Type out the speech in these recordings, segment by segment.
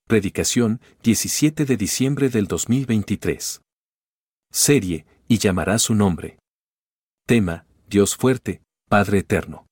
Predicación, 17 de diciembre del 2023. Serie, y llamará su nombre. Tema, Dios fuerte, Padre eterno.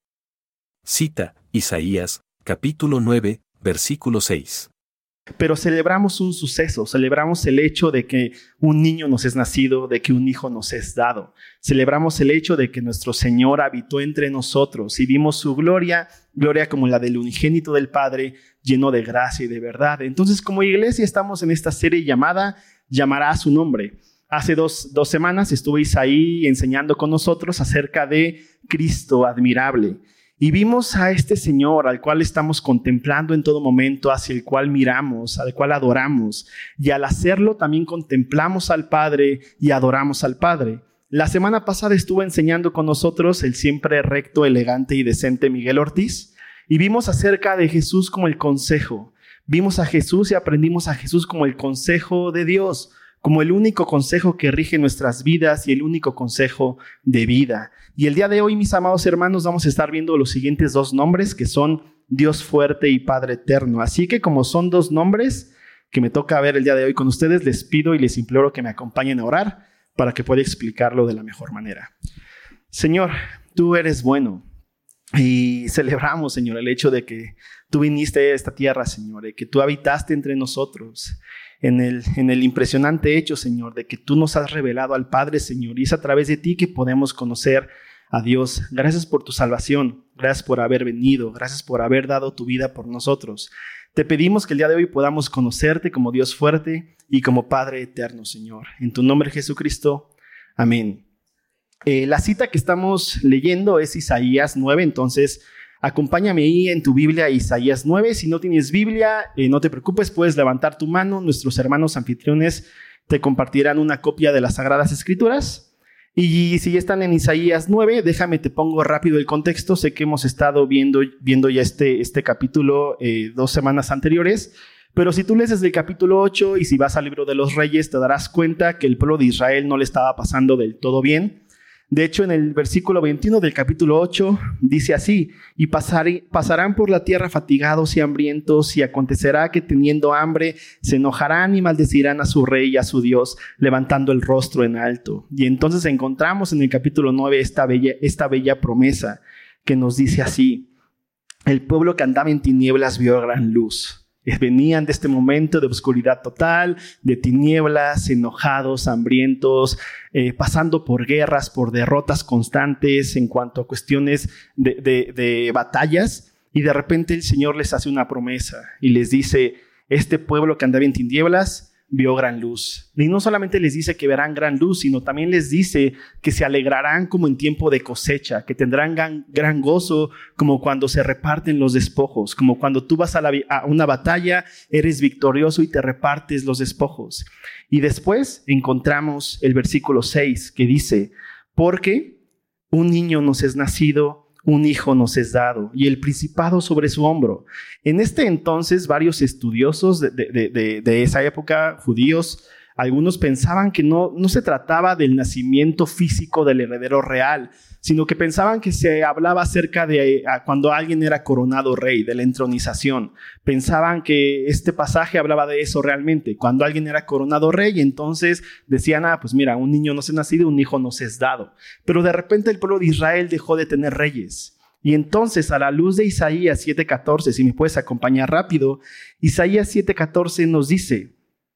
Cita, Isaías, capítulo 9, versículo 6. Pero celebramos un suceso, celebramos el hecho de que un niño nos es nacido, de que un hijo nos es dado. Celebramos el hecho de que nuestro Señor habitó entre nosotros y vimos su gloria, gloria como la del unigénito del Padre, lleno de gracia y de verdad. Entonces, como iglesia estamos en esta serie llamada Llamará a su nombre. Hace dos semanas estuvo Isaí enseñando con nosotros acerca de Cristo admirable. Y vimos a este Señor al cual estamos contemplando en todo momento, hacia el cual miramos, al cual adoramos. Y al hacerlo también contemplamos al Padre y adoramos al Padre. La semana pasada estuvo enseñando con nosotros el siempre recto, elegante y decente Miguel Ortiz. Y vimos acerca de Jesús como el consejo. Vimos a Jesús y aprendimos a Jesús como el consejo de Dios, como el único consejo que rige nuestras vidas y el único consejo de vida. Y el día de hoy, mis amados hermanos, vamos a estar viendo los siguientes dos nombres que son Dios fuerte y Padre eterno. Así que como son dos nombres que me toca ver el día de hoy con ustedes, les pido y les imploro que me acompañen a orar para que pueda explicarlo de la mejor manera. Señor, tú eres bueno y celebramos, Señor, el hecho de que tú viniste a esta tierra, Señor, y que tú habitaste entre nosotros. En el impresionante hecho, Señor, de que tú nos has revelado al Padre, Señor, y es a través de ti que podemos conocer a Dios. Gracias por tu salvación, gracias por haber venido, gracias por haber dado tu vida por nosotros. Te pedimos que el día de hoy podamos conocerte como Dios fuerte y como Padre eterno, Señor. En tu nombre, Jesucristo. Amén. La cita que estamos leyendo es Isaías 9, entonces acompáñame ahí en tu Biblia, Isaías 9. Si no tienes Biblia, no te preocupes, puedes levantar tu mano. Nuestros hermanos anfitriones te compartirán una copia de las Sagradas Escrituras. Y si ya están en Isaías 9, déjame, te pongo rápido el contexto. Sé que hemos estado viendo ya este capítulo 2 semanas anteriores. Pero si tú lees desde el capítulo 8 y si vas al libro de los Reyes, te darás cuenta que el pueblo de Israel no le estaba pasando del todo bien. De hecho, en el versículo 21 del capítulo 8 dice así: y pasarán por la tierra fatigados y hambrientos, y acontecerá que teniendo hambre se enojarán y maldecirán a su rey y a su Dios, levantando el rostro en alto. Y entonces encontramos en el capítulo 9 esta bella promesa que nos dice así: el pueblo que andaba en tinieblas vio gran luz. Venían de este momento de oscuridad total, de tinieblas, enojados, hambrientos, pasando por guerras, por derrotas constantes en cuanto a cuestiones de batallas. Y de repente el Señor les hace una promesa y les dice: este pueblo que andaba en tinieblas vio gran luz. Y no solamente les dice que verán gran luz, sino también les dice que se alegrarán como en tiempo de cosecha, que tendrán gran gozo como cuando se reparten los despojos, como cuando tú vas a una batalla, eres victorioso y te repartes los despojos. Y después encontramos el versículo 6 que dice: porque un niño nos es nacido, un hijo nos es dado, y el principado sobre su hombro. En este entonces, varios estudiosos de esa época, judíos, algunos pensaban que no se trataba del nacimiento físico del heredero real, sino que pensaban que se hablaba acerca de cuando alguien era coronado rey, de la entronización. Pensaban que este pasaje hablaba de eso realmente, cuando alguien era coronado rey. Entonces decían: pues mira, un niño nos es nacido, un hijo nos es dado. Pero de repente el pueblo de Israel dejó de tener reyes. Y entonces, a la luz de Isaías 7:14, si me puedes acompañar rápido, Isaías 7:14 nos dice: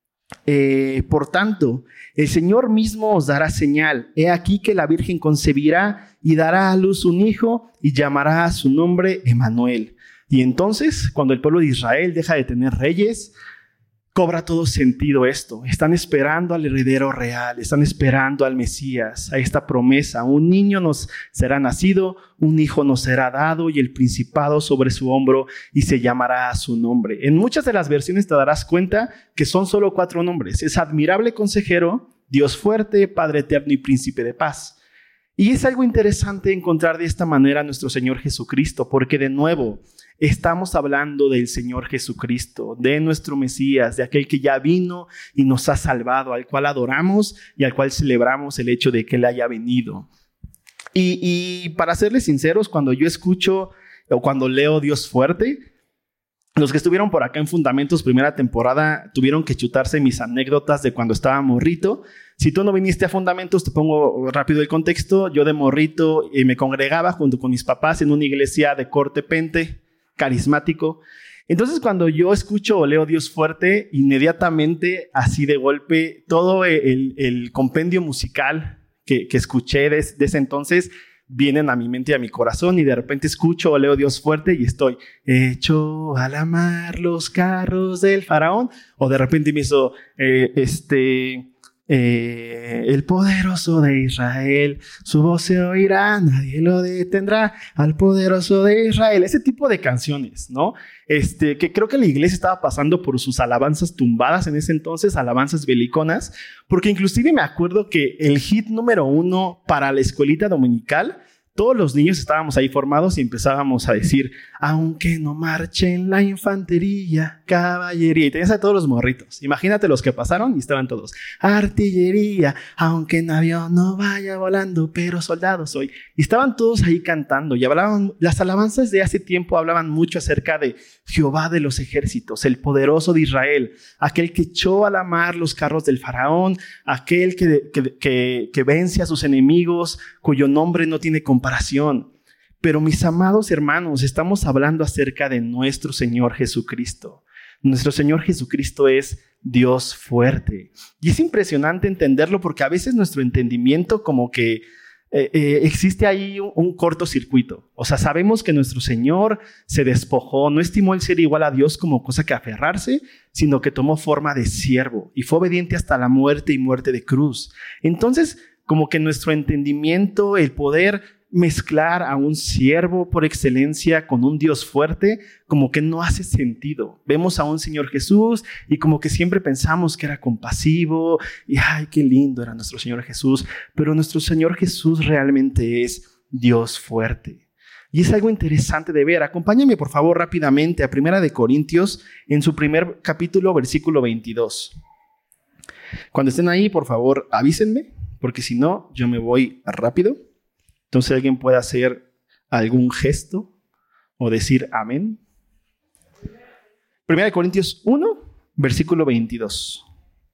por tanto, el Señor mismo os dará señal. He aquí que la Virgen concebirá y dará a luz un hijo y llamará a su nombre Emmanuel. Y entonces, cuando el pueblo de Israel deja de tener reyes, cobra todo sentido esto. Están esperando al heredero real, están esperando al Mesías, a esta promesa. Un niño nos será nacido, un hijo nos será dado y el principado sobre su hombro, y se llamará a su nombre. En muchas de las versiones te darás cuenta que son solo 4 nombres. Es admirable consejero, Dios fuerte, Padre eterno y príncipe de paz. Y es algo interesante encontrar de esta manera a nuestro Señor Jesucristo, porque de nuevo estamos hablando del Señor Jesucristo, de nuestro Mesías, de aquel que ya vino y nos ha salvado, al cual adoramos y al cual celebramos el hecho de que Él haya venido. Y para serles sinceros, cuando yo escucho o cuando leo Dios fuerte, Los que estuvieron por acá en Fundamentos primera temporada tuvieron que chutarse mis anécdotas de cuando estaba morrito. Si tú no viniste a Fundamentos, te pongo rápido el contexto. Yo de morrito me congregaba junto con mis papás en una iglesia de corte pente, carismático. Entonces, cuando yo escucho o leo Dios fuerte, inmediatamente, así de golpe, todo el compendio musical que escuché de ese entonces vienen a mi mente y a mi corazón, y de repente escucho o leo Dios fuerte y estoy echó a la mar los carros del faraón, o de repente me hizo el poderoso de Israel, su voz se oirá, nadie lo detendrá, al poderoso de Israel. Ese tipo de canciones, ¿no? Que creo que la iglesia estaba pasando por sus alabanzas tumbadas en ese entonces, alabanzas beliconas, porque inclusive me acuerdo que el hit número 1 para la escuelita dominical, todos los niños estábamos ahí formados y empezábamos a decir, aunque no marchen la infantería, caballería. Y tenías a todos los morritos. Imagínate los que pasaron y estaban todos. Artillería, aunque en avión no vaya volando, pero soldado soy. Y estaban todos ahí cantando y hablaban. Las alabanzas de hace tiempo hablaban mucho acerca de Jehová de los ejércitos, el poderoso de Israel, aquel que echó a la mar los carros del faraón, aquel que vence a sus enemigos, cuyo nombre no tiene comparación. Pero mis amados hermanos, estamos hablando acerca de nuestro Señor Jesucristo. Nuestro Señor Jesucristo es Dios fuerte. Y es impresionante entenderlo porque a veces nuestro entendimiento como que existe ahí un cortocircuito. O sea, sabemos que nuestro Señor se despojó, no estimó el ser igual a Dios como cosa que aferrarse, sino que tomó forma de siervo y fue obediente hasta la muerte y muerte de cruz. Entonces, como que nuestro entendimiento, el poder mezclar a un siervo por excelencia con un Dios fuerte, como que no hace sentido. Vemos a un Señor Jesús y como que siempre pensamos que era compasivo y ¡ay, qué lindo era nuestro Señor Jesús! Pero nuestro Señor Jesús realmente es Dios fuerte. Y es algo interesante de ver. Acompáñame, por favor, rápidamente a 1 Corintios, en su primer capítulo, versículo 22. Cuando estén ahí, por favor, avísenme, porque si no, yo me voy rápido. Entonces, ¿alguien puede hacer algún gesto o decir amén? 1 Corintios 1, versículo 22.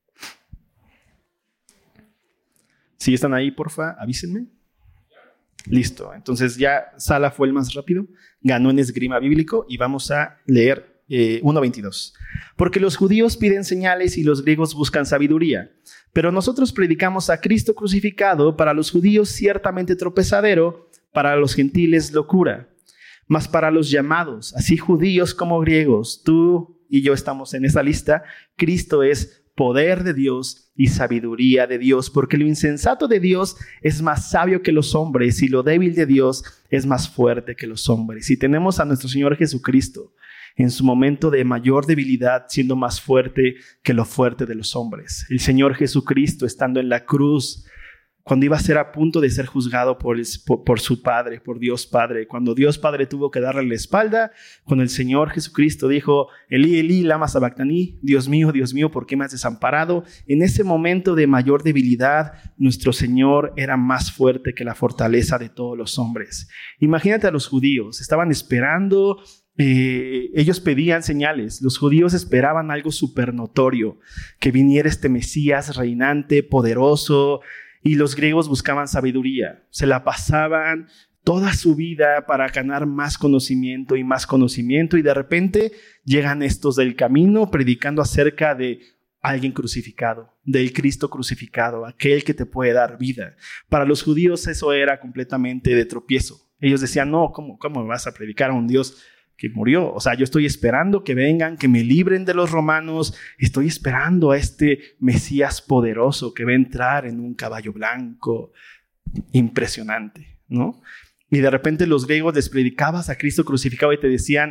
Si están ahí, porfa, avísenme. Listo. Entonces, ya Sala fue el más rápido, ganó en esgrima bíblico y vamos a leer 1:22. Porque los judíos piden señales y los griegos buscan sabiduría. Pero nosotros predicamos a Cristo crucificado, para los judíos ciertamente tropezadero, para los gentiles locura. Mas para los llamados, así judíos como griegos, tú y yo estamos en esa lista, Cristo es poder de Dios y sabiduría de Dios, porque lo insensato de Dios es más sabio que los hombres y lo débil de Dios es más fuerte que los hombres. Y tenemos a nuestro Señor Jesucristo en su momento de mayor debilidad, siendo más fuerte que lo fuerte de los hombres. El Señor Jesucristo, estando en la cruz, cuando iba a ser a punto de ser juzgado por su Padre, por Dios Padre, cuando Dios Padre tuvo que darle la espalda, cuando el Señor Jesucristo dijo, Elí, Elí, lama sabactaní, Dios mío, ¿por qué me has desamparado? En ese momento de mayor debilidad, nuestro Señor era más fuerte que la fortaleza de todos los hombres. Imagínate a los judíos, estaban esperando. Ellos pedían señales. Los judíos esperaban algo súper notorio, que viniera este Mesías reinante, poderoso, y los griegos buscaban sabiduría. Se la pasaban toda su vida para ganar más conocimiento, y de repente llegan estos del camino predicando acerca de alguien crucificado, del Cristo crucificado, aquel que te puede dar vida. Para los judíos eso era completamente de tropiezo. Ellos decían, no, ¿cómo me vas a predicar a un Dios que murió? O sea, yo estoy esperando que vengan, que me libren de los romanos. Estoy esperando a este Mesías poderoso que va a entrar en un caballo blanco. Impresionante, ¿no? Y de repente los griegos les predicabas a Cristo crucificado y te decían,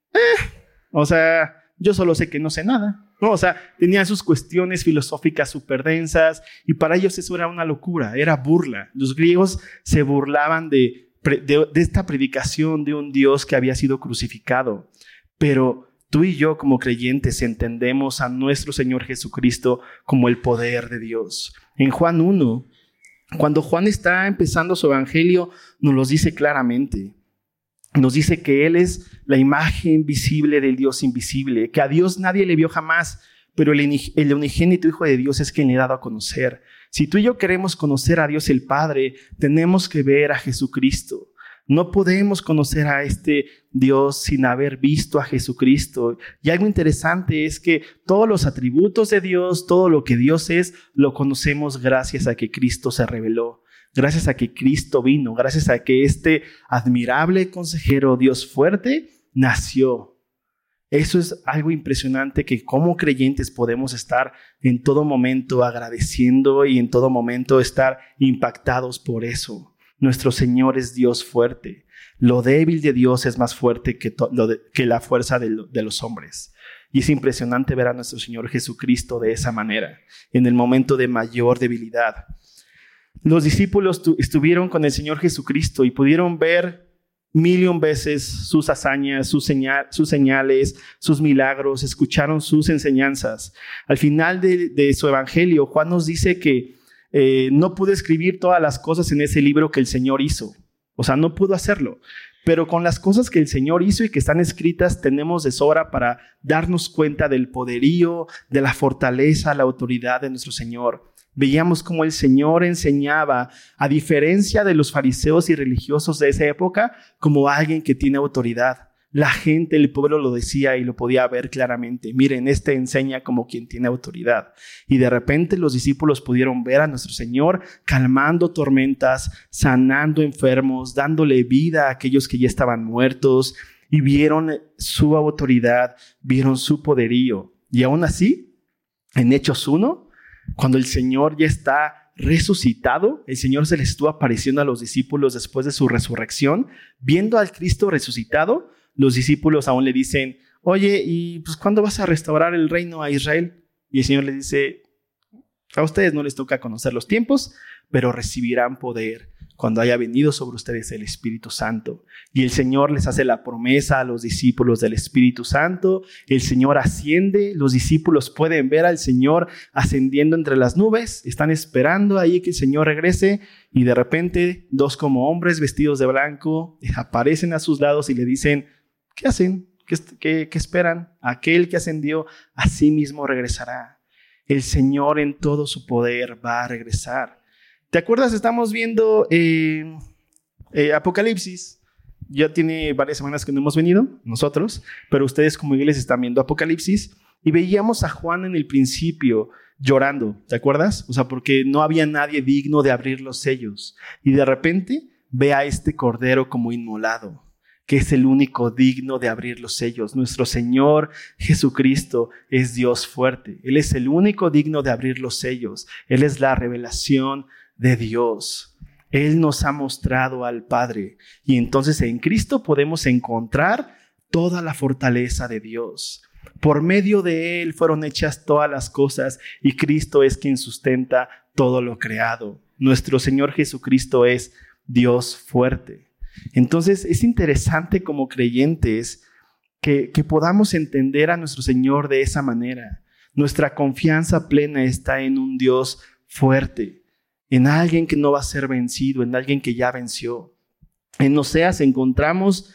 o sea, yo solo sé que no sé nada, ¿no? O sea, tenían sus cuestiones filosóficas súper densas y para ellos eso era una locura, era burla. Los griegos se burlaban de esta predicación de un Dios que había sido crucificado. Pero tú y yo como creyentes entendemos a nuestro Señor Jesucristo como el poder de Dios. En Juan 1, cuando Juan está empezando su evangelio, nos lo dice claramente. nos dice que Él es la imagen visible del Dios invisible, que a Dios nadie le vio jamás, pero el unigénito Hijo de Dios es quien le ha dado a conocer. Si tú y yo queremos conocer a Dios el Padre, tenemos que ver a Jesucristo. No podemos conocer a este Dios sin haber visto a Jesucristo. Y algo interesante es que todos los atributos de Dios, todo lo que Dios es, lo conocemos gracias a que Cristo se reveló, gracias a que Cristo vino, gracias a que este admirable consejero, Dios fuerte, nació. Eso es algo impresionante, que como creyentes podemos estar en todo momento agradeciendo y en todo momento estar impactados por eso. Nuestro Señor es Dios fuerte. Lo débil de Dios es más fuerte que la fuerza de los hombres. Y es impresionante ver a nuestro Señor Jesucristo de esa manera, en el momento de mayor debilidad. Los discípulos estuvieron con el Señor Jesucristo y pudieron ver 1,000,000 veces sus hazañas, sus señales, sus milagros, escucharon sus enseñanzas. Al final de su evangelio, Juan nos dice que no pudo escribir todas las cosas en ese libro que el Señor hizo. O sea, no pudo hacerlo. Pero con las cosas que el Señor hizo y que están escritas, tenemos de sobra para darnos cuenta del poderío, de la fortaleza, la autoridad de nuestro Señor. Veíamos cómo el Señor enseñaba, a diferencia de los fariseos y religiosos de esa época, como alguien que tiene autoridad. La gente, el pueblo lo decía y lo podía ver claramente. Miren, este enseña como quien tiene autoridad. Y de repente los discípulos pudieron ver a nuestro Señor calmando tormentas, sanando enfermos, dándole vida a aquellos que ya estaban muertos, y vieron su autoridad, vieron su poderío. Y aún así, en Hechos 1, cuando el Señor ya está resucitado, el Señor se les estuvo apareciendo a los discípulos después de su resurrección. Viendo al Cristo resucitado, los discípulos aún le dicen: oye, ¿y pues cuándo vas a restaurar el reino a Israel? Y el Señor les dice: a ustedes no les toca conocer los tiempos, pero recibirán poder cuando haya venido sobre ustedes el Espíritu Santo. Y el Señor les hace la promesa a los discípulos del Espíritu Santo. El Señor asciende, los discípulos pueden ver al Señor ascendiendo entre las nubes, están esperando ahí que el Señor regrese, y de repente 2 como hombres vestidos de blanco aparecen a sus lados y le dicen: ¿qué hacen? ¿Qué esperan? Aquel que ascendió a sí mismo regresará. El Señor en todo su poder va a regresar. ¿Te acuerdas? Estamos viendo Apocalipsis. Ya tiene varias semanas que no hemos venido nosotros, pero ustedes como iglesia están viendo Apocalipsis, y veíamos a Juan en el principio llorando, ¿te acuerdas? O sea, porque no había nadie digno de abrir los sellos, y de repente ve a este cordero como inmolado, que es el único digno de abrir los sellos. Nuestro Señor Jesucristo es Dios fuerte. Él es el único digno de abrir los sellos. Él es la revelación de Dios. Él nos ha mostrado al Padre, y entonces en Cristo podemos encontrar toda la fortaleza de Dios. Por medio de Él fueron hechas todas las cosas, y Cristo es quien sustenta todo lo creado. Nuestro Señor Jesucristo es Dios fuerte. Entonces es interesante como creyentes que podamos entender a nuestro Señor de esa manera. Nuestra confianza plena está en un Dios fuerte, en alguien que no va a ser vencido, en alguien que ya venció. En Oseas encontramos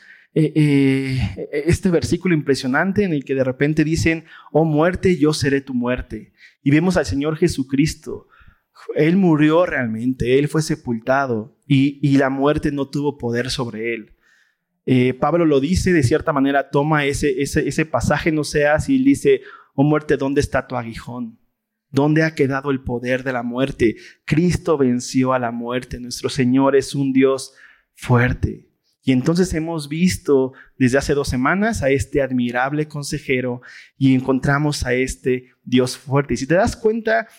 este versículo impresionante en el que de repente dicen: oh muerte, yo seré tu muerte. Y vemos al Señor Jesucristo. Él murió realmente, Él fue sepultado, y la muerte no tuvo poder sobre Él. Pablo lo dice de cierta manera, toma ese pasaje en Oseas y dice: oh muerte, ¿dónde está tu aguijón? ¿Dónde ha quedado el poder de la muerte? Cristo venció a la muerte. Nuestro Señor es un Dios fuerte. Y entonces hemos visto desde hace 2 semanas a este admirable consejero, y encontramos a este Dios fuerte. Y si te das cuenta,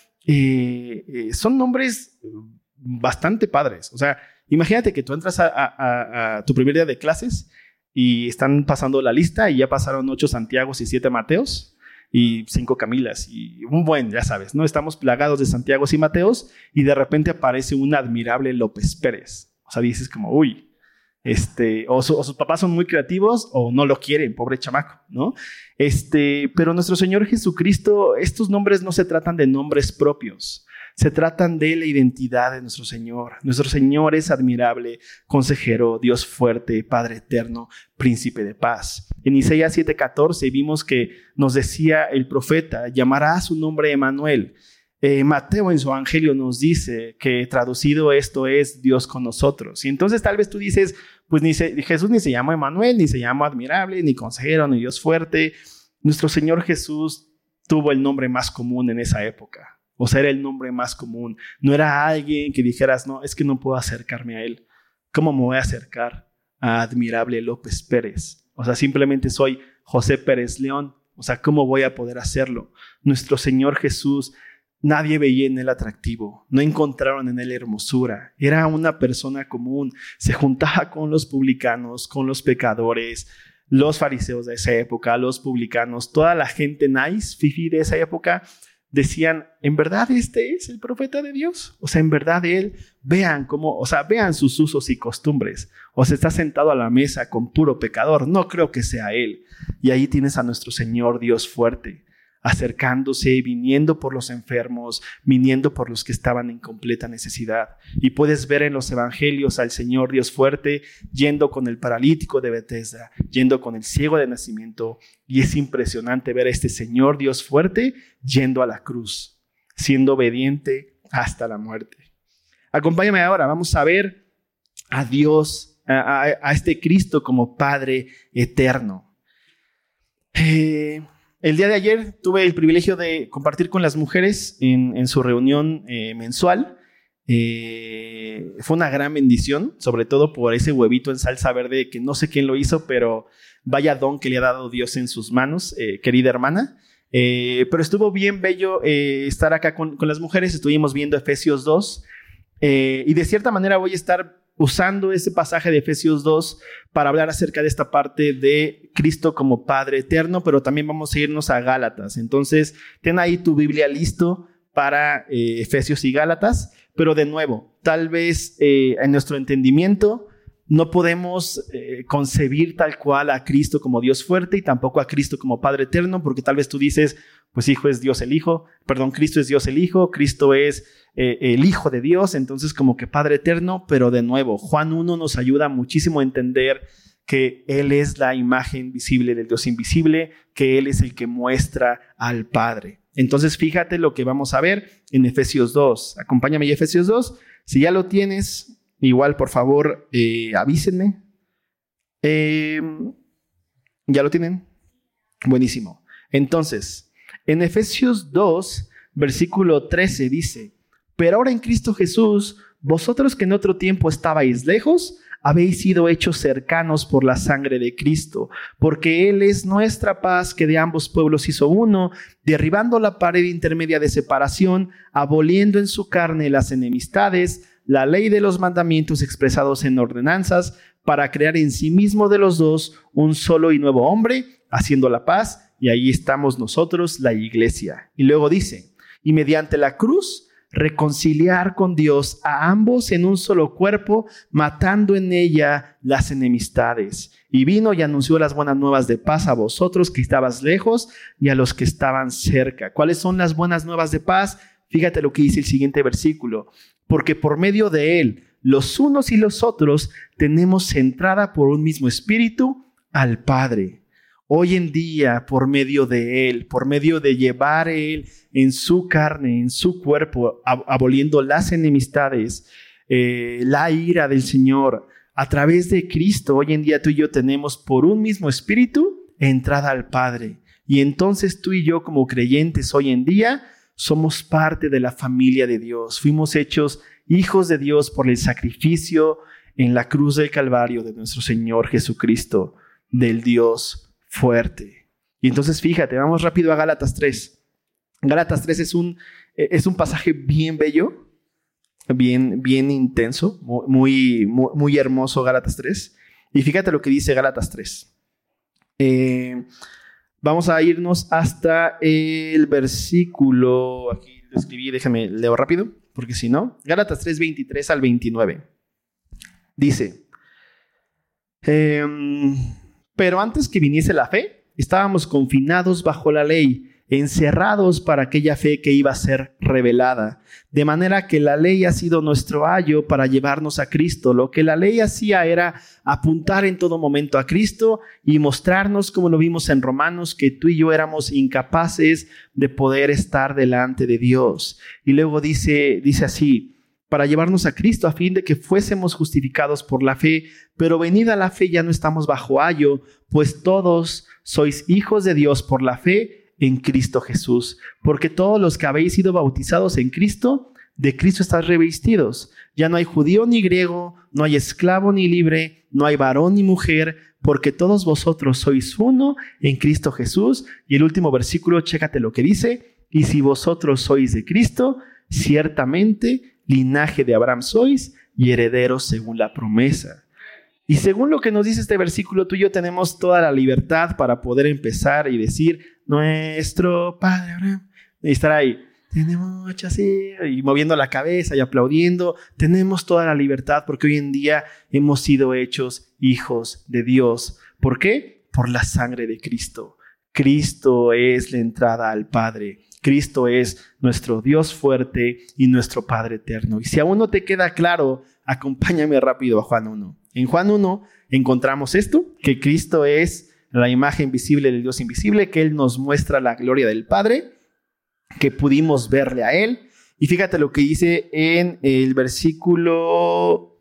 son nombres bastante padres. O sea, imagínate que tú entras a tu primer día de clases y están pasando la lista, y ya pasaron 8 Santiagos y 7 Mateos y 5 Camilas y un buen, ya sabes, ¿no? Estamos plagados de Santiagos y Mateos, y de repente aparece un admirable López Pérez. O sea, dices como: uy, o sus papás son muy creativos o no lo quieren, pobre chamaco, ¿no? Pero nuestro Señor Jesucristo, estos nombres no se tratan de nombres propios, Se tratan de la identidad de nuestro Señor. Nuestro Señor es admirable, consejero, Dios fuerte, Padre eterno, príncipe de paz. En Isaías 7:14 vimos que nos decía el profeta, llamará a su nombre Emmanuel. Mateo en su evangelio nos dice que traducido esto es Dios con nosotros. Y entonces tal vez tú dices, pues Jesús ni se llama Emmanuel, ni se llama admirable, ni consejero, ni Dios fuerte. Nuestro Señor Jesús tuvo el nombre más común en esa época. O sea, era el nombre más común. No era alguien que dijeras, no, es que no puedo acercarme a él. ¿Cómo me voy a acercar a admirable López Pérez? O sea, simplemente soy José Pérez León. O sea, ¿cómo voy a poder hacerlo? Nuestro Señor Jesús, nadie veía en él atractivo. No encontraron en él hermosura. Era una persona común. Se juntaba con los publicanos, con los pecadores, los fariseos de esa época, los publicanos, toda la gente nice, fifi de esa época. Decían, ¿en verdad este es el profeta de Dios? O sea, en verdad él, vean sus usos y costumbres. O sea, está sentado a la mesa con puro pecador. No creo que sea él. Y ahí tienes a nuestro Señor Dios fuerte, acercándose, viniendo por los enfermos, viniendo por los que estaban en completa necesidad. Y puedes ver en los evangelios al Señor Dios fuerte yendo con el paralítico de Betesda, yendo con el ciego de nacimiento. Y es impresionante ver a este Señor Dios fuerte yendo a la cruz, siendo obediente hasta la muerte. Acompáñame ahora, vamos a ver a Dios, a este Cristo como Padre eterno. El día de ayer tuve el privilegio de compartir con las mujeres en su reunión mensual. Fue una gran bendición, sobre todo por ese huevito en salsa verde que no sé quién lo hizo, pero vaya don que le ha dado Dios en sus manos, querida hermana. Pero estuvo bien bello estar acá con las mujeres. Estuvimos viendo Efesios 2 y de cierta manera voy a estar usando ese pasaje de Efesios 2 para hablar acerca de esta parte de Cristo como Padre eterno, pero también vamos a irnos a Gálatas. Entonces, ten ahí tu Biblia listo para Efesios y Gálatas, pero de nuevo, tal vez en nuestro entendimiento no podemos concebir tal cual a Cristo como Dios fuerte y tampoco a Cristo como Padre eterno, porque tal vez tú dices, pues Hijo es Dios el Hijo, Cristo es Dios el Hijo, Cristo es el Hijo de Dios, entonces como que Padre eterno, pero de nuevo, Juan 1 nos ayuda muchísimo a entender que Él es la imagen visible del Dios invisible, que Él es el que muestra al Padre. Entonces fíjate lo que vamos a ver en Efesios 2. Acompáñame a Efesios 2. Si ya lo tienes, igual por favor avísenme. ¿Ya lo tienen? Buenísimo. Entonces, en Efesios 2, versículo 13 dice, pero ahora en Cristo Jesús, vosotros que en otro tiempo estabais lejos, habéis sido hechos cercanos por la sangre de Cristo, porque Él es nuestra paz que de ambos pueblos hizo uno, derribando la pared intermedia de separación, aboliendo en su carne las enemistades, la ley de los mandamientos expresados en ordenanzas, para crear en sí mismo de los dos un solo y nuevo hombre, haciendo la paz, y ahí estamos nosotros, la iglesia. Y luego dice, y mediante la cruz, reconciliar con Dios a ambos en un solo cuerpo, matando en ella las enemistades. Y vino y anunció las buenas nuevas de paz a vosotros que estabas lejos y a los que estaban cerca. ¿Cuáles son las buenas nuevas de paz? Fíjate lo que dice el siguiente versículo. Porque por medio de Él, los unos y los otros, tenemos entrada por un mismo espíritu al Padre. Hoy en día, por medio de Él, por medio de llevar Él en su carne, en su cuerpo, aboliendo las enemistades, la ira del Señor, a través de Cristo, hoy en día tú y yo tenemos por un mismo espíritu entrada al Padre. Y entonces tú y yo como creyentes hoy en día somos parte de la familia de Dios. Fuimos hechos hijos de Dios por el sacrificio en la cruz del Calvario de nuestro Señor Jesucristo, del Dios fuerte. Y entonces fíjate, vamos rápido a Gálatas 3. Gálatas 3 es un pasaje bien bello, bien intenso, muy hermoso Gálatas 3. Y fíjate lo que dice Gálatas 3. Vamos a irnos hasta el versículo, aquí lo escribí, déjame leo rápido, porque si no, Gálatas 3, 23 al 29. Dice, pero antes que viniese la fe, estábamos confinados bajo la ley, encerrados para aquella fe que iba a ser revelada. De manera que la ley ha sido nuestro ayo para llevarnos a Cristo. Lo que la ley hacía era apuntar en todo momento a Cristo y mostrarnos, como lo vimos en Romanos, que tú y yo éramos incapaces de poder estar delante de Dios. Y luego dice así, para llevarnos a Cristo a fin de que fuésemos justificados por la fe, pero venida la fe ya no estamos bajo ayo, pues todos sois hijos de Dios por la fe en Cristo Jesús, porque todos los que habéis sido bautizados en Cristo, de Cristo estáis revestidos. Ya no hay judío ni griego, no hay esclavo ni libre, no hay varón ni mujer, porque todos vosotros sois uno en Cristo Jesús. Y el último versículo, chécate lo que dice, y si vosotros sois de Cristo, ciertamente linaje de Abraham sois y herederos según la promesa. Y según lo que nos dice este versículo, tú y yo tenemos toda la libertad para poder empezar y decir, nuestro Padre Abraham, y estar ahí, tenemos mucho así, y moviendo la cabeza y aplaudiendo. Tenemos toda la libertad porque hoy en día hemos sido hechos hijos de Dios. ¿Por qué? Por la sangre de Cristo. Cristo es la entrada al Padre. Cristo es nuestro Dios fuerte y nuestro Padre eterno. Y si aún no te queda claro, acompáñame rápido a Juan 1. En Juan 1 encontramos esto, que Cristo es la imagen visible del Dios invisible, que Él nos muestra la gloria del Padre, que pudimos verle a Él. Y fíjate lo que dice en el versículo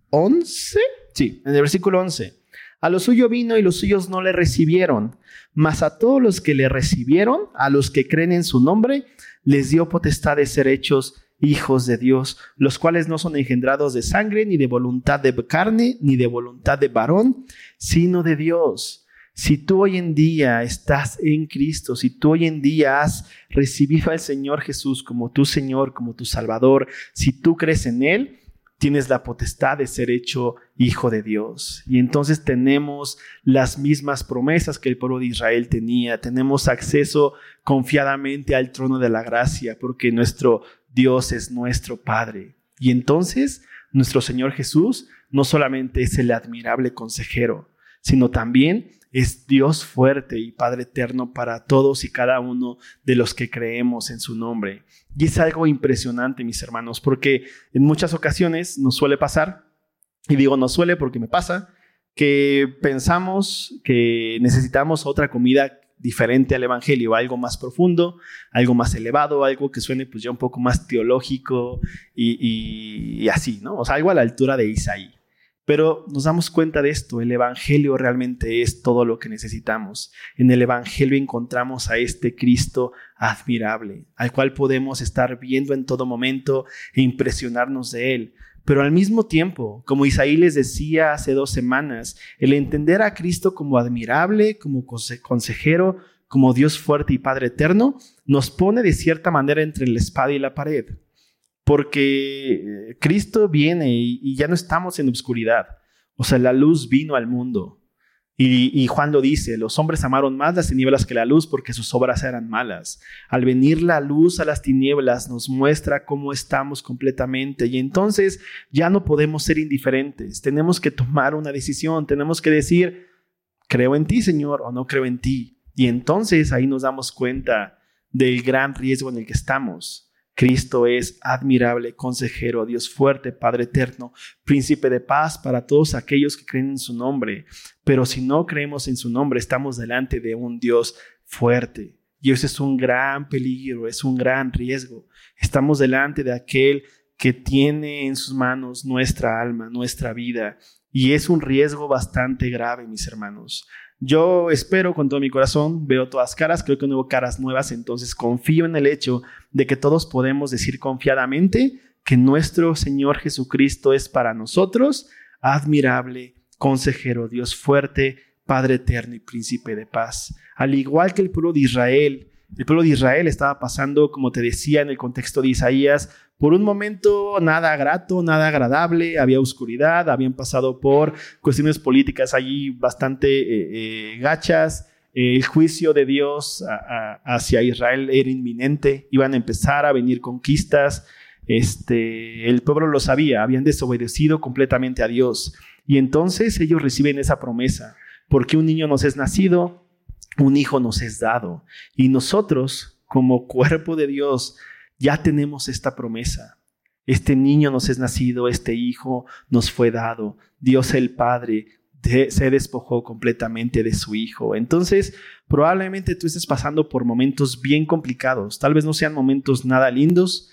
11. Sí, en el versículo 11. A lo suyo vino y los suyos no le recibieron, mas a todos los que le recibieron, a los que creen en su nombre, les dio potestad de ser hechos hijos de Dios, los cuales no son engendrados de sangre, ni de voluntad de carne, ni de voluntad de varón, sino de Dios. Si tú hoy en día estás en Cristo, si tú hoy en día has recibido al Señor Jesús como tu Señor, como tu Salvador, si tú crees en Él, tienes la potestad de ser hecho hijo de Dios. Y entonces tenemos las mismas promesas que el pueblo de Israel tenía. Tenemos acceso confiadamente al trono de la gracia porque nuestro Dios es nuestro Padre. Y entonces nuestro Señor Jesús no solamente es el admirable consejero, sino también es Dios fuerte y Padre eterno para todos y cada uno de los que creemos en su nombre. Y es algo impresionante, mis hermanos, porque en muchas ocasiones nos suele pasar, y digo nos suele porque me pasa, que pensamos que necesitamos otra comida diferente al evangelio, algo más profundo, algo más elevado, algo que suene pues ya un poco más teológico y así, ¿no? O sea, algo a la altura de Isaí. Pero nos damos cuenta de esto, el evangelio realmente es todo lo que necesitamos. En el evangelio encontramos a este Cristo admirable, al cual podemos estar viendo en todo momento e impresionarnos de él. Pero al mismo tiempo, como Isaí les decía hace 2 semanas, el entender a Cristo como admirable, como consejero, como Dios fuerte y Padre eterno, nos pone de cierta manera entre la espada y la pared. Porque Cristo viene y ya no estamos en obscuridad. O sea, la luz vino al mundo. Y Juan lo dice, los hombres amaron más las tinieblas que la luz porque sus obras eran malas. Al venir la luz a las tinieblas nos muestra cómo estamos completamente. Y entonces ya no podemos ser indiferentes. Tenemos que tomar una decisión. Tenemos que decir, creo en ti, Señor, o no creo en ti. Y entonces ahí nos damos cuenta del gran riesgo en el que estamos. Cristo es admirable, consejero, Dios fuerte, Padre eterno, príncipe de paz para todos aquellos que creen en su nombre. Pero si no creemos en su nombre, estamos delante de un Dios fuerte. Y eso es un gran peligro, es un gran riesgo. Estamos delante de aquel que tiene en sus manos nuestra alma, nuestra vida. Y es un riesgo bastante grave, mis hermanos. Yo espero con todo mi corazón, veo todas caras, creo que no veo caras nuevas, entonces confío en el hecho de que todos podemos decir confiadamente que nuestro Señor Jesucristo es para nosotros admirable, consejero, Dios fuerte, Padre eterno y príncipe de paz. Al igual que el pueblo de Israel estaba pasando, como te decía en el contexto de Isaías, por un momento nada grato, nada agradable, había oscuridad, habían pasado por cuestiones políticas allí bastante gachas. El juicio de Dios hacia Israel era inminente, iban a empezar a venir conquistas. El pueblo lo sabía, habían desobedecido completamente a Dios. Y entonces ellos reciben esa promesa, porque un niño nos es nacido, un hijo nos es dado. Y nosotros, como cuerpo de Dios, ya tenemos esta promesa. Este niño nos es nacido, este hijo nos fue dado. Dios el Padre se despojó completamente de su hijo. Entonces, probablemente tú estés pasando por momentos bien complicados. Tal vez no sean momentos nada lindos.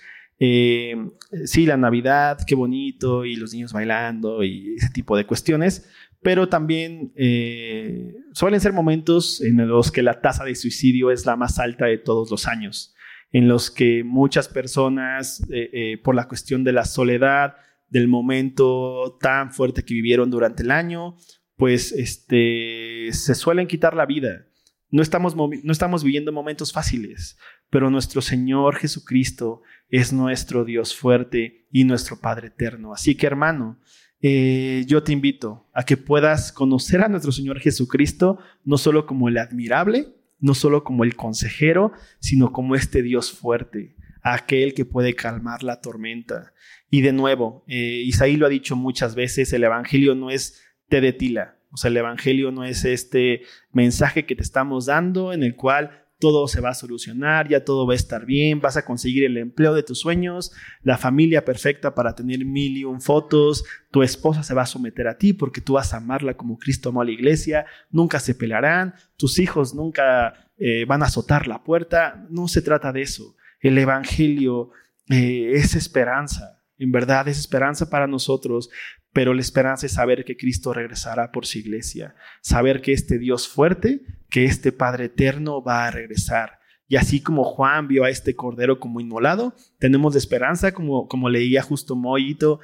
Sí, la Navidad, qué bonito, y los niños bailando y ese tipo de cuestiones. Pero también suelen ser momentos en los que la tasa de suicidio es la más alta de todos los años, en los que muchas personas, por la cuestión de la soledad, del momento tan fuerte que vivieron durante el año, pues se suelen quitar la vida. No estamos viviendo momentos fáciles, pero nuestro Señor Jesucristo es nuestro Dios fuerte y nuestro Padre eterno. Así que, hermano, yo te invito a que puedas conocer a nuestro Señor Jesucristo, no solo como el admirable, no solo como el consejero, sino como este Dios fuerte, aquel que puede calmar la tormenta. Y de nuevo, Isaí lo ha dicho muchas veces, el evangelio no es té de tila. O sea, el evangelio no es este mensaje que te estamos dando en el cual todo se va a solucionar, ya todo va a estar bien, vas a conseguir el empleo de tus sueños, la familia perfecta para tener 1001 fotos, tu esposa se va a someter a ti porque tú vas a amarla como Cristo amó a la iglesia, nunca se pelearán, tus hijos nunca van a azotar la puerta. No se trata de eso. El evangelio es esperanza, en verdad es esperanza para nosotros, pero la esperanza es saber que Cristo regresará por su iglesia, saber que este Dios fuerte, que este Padre eterno va a regresar. Y así como Juan vio a este cordero como inmolado, tenemos la esperanza, como leía justo Moito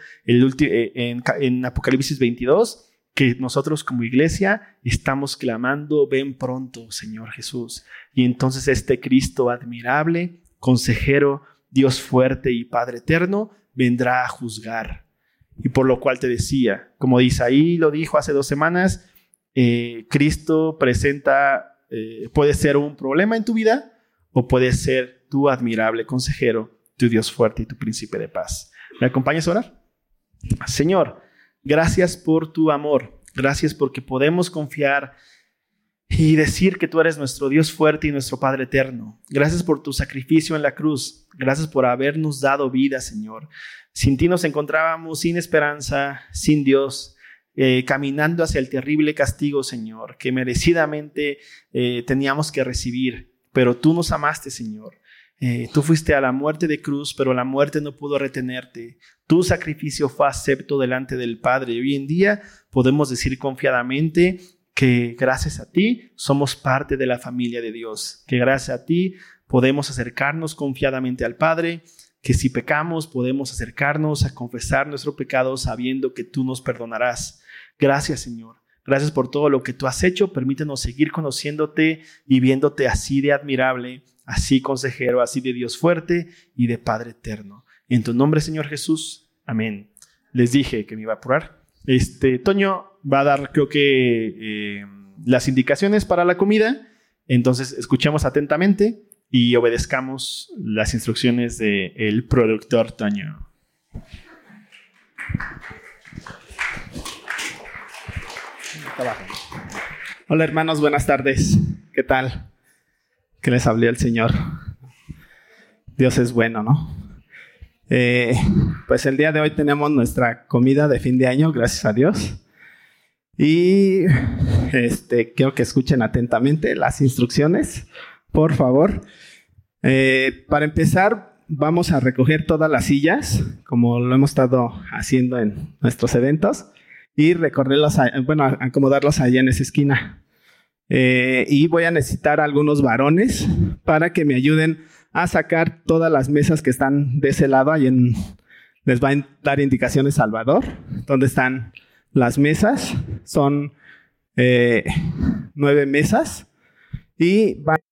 en Apocalipsis 22, que nosotros como iglesia estamos clamando, ven pronto, Señor Jesús. Y entonces este Cristo admirable, consejero, Dios fuerte y Padre eterno, vendrá a juzgar. Y por lo cual te decía, como Isaí lo dijo hace 2 semanas, Cristo puede ser un problema en tu vida o puede ser tu admirable consejero, tu Dios fuerte y tu príncipe de paz. ¿Me acompañas a orar? Señor, gracias por tu amor, gracias porque podemos confiar y decir que tú eres nuestro Dios fuerte y nuestro Padre eterno. Gracias por tu sacrificio en la cruz. Gracias por habernos dado vida, Señor. Sin ti nos encontrábamos sin esperanza, sin Dios, caminando hacia el terrible castigo, Señor, que merecidamente teníamos que recibir. Pero tú nos amaste, Señor. Tú fuiste a la muerte de cruz, pero la muerte no pudo retenerte. Tu sacrificio fue acepto delante del Padre. Y hoy en día podemos decir confiadamente que gracias a ti somos parte de la familia de Dios, que gracias a ti podemos acercarnos confiadamente al Padre, que si pecamos podemos acercarnos a confesar nuestro pecado sabiendo que tú nos perdonarás. Gracias, Señor. Gracias por todo lo que tú has hecho. Permítenos seguir conociéndote y viéndote así de admirable, así consejero, así de Dios fuerte y de Padre eterno. En tu nombre, Señor Jesús. Amén. Les dije que me iba a apurar. Toño va a dar, creo que, las indicaciones para la comida. Entonces, escuchemos atentamente y obedezcamos las instrucciones del productor Toño. Hola, hermanos, buenas tardes. ¿Qué tal? ¿Qué les hablé al Señor? Dios es bueno, ¿no? Pues el día de hoy tenemos nuestra comida de fin de año, gracias a Dios. Y quiero que escuchen atentamente las instrucciones, por favor. Para empezar, vamos a recoger todas las sillas, como lo hemos estado haciendo en nuestros eventos, y recorrerlas, acomodarlos allá en esa esquina. Y voy a necesitar algunos varones para que me ayuden a sacar todas las mesas que están de ese lado. Les va a dar indicaciones Salvador, donde están las mesas. Son 9 mesas y van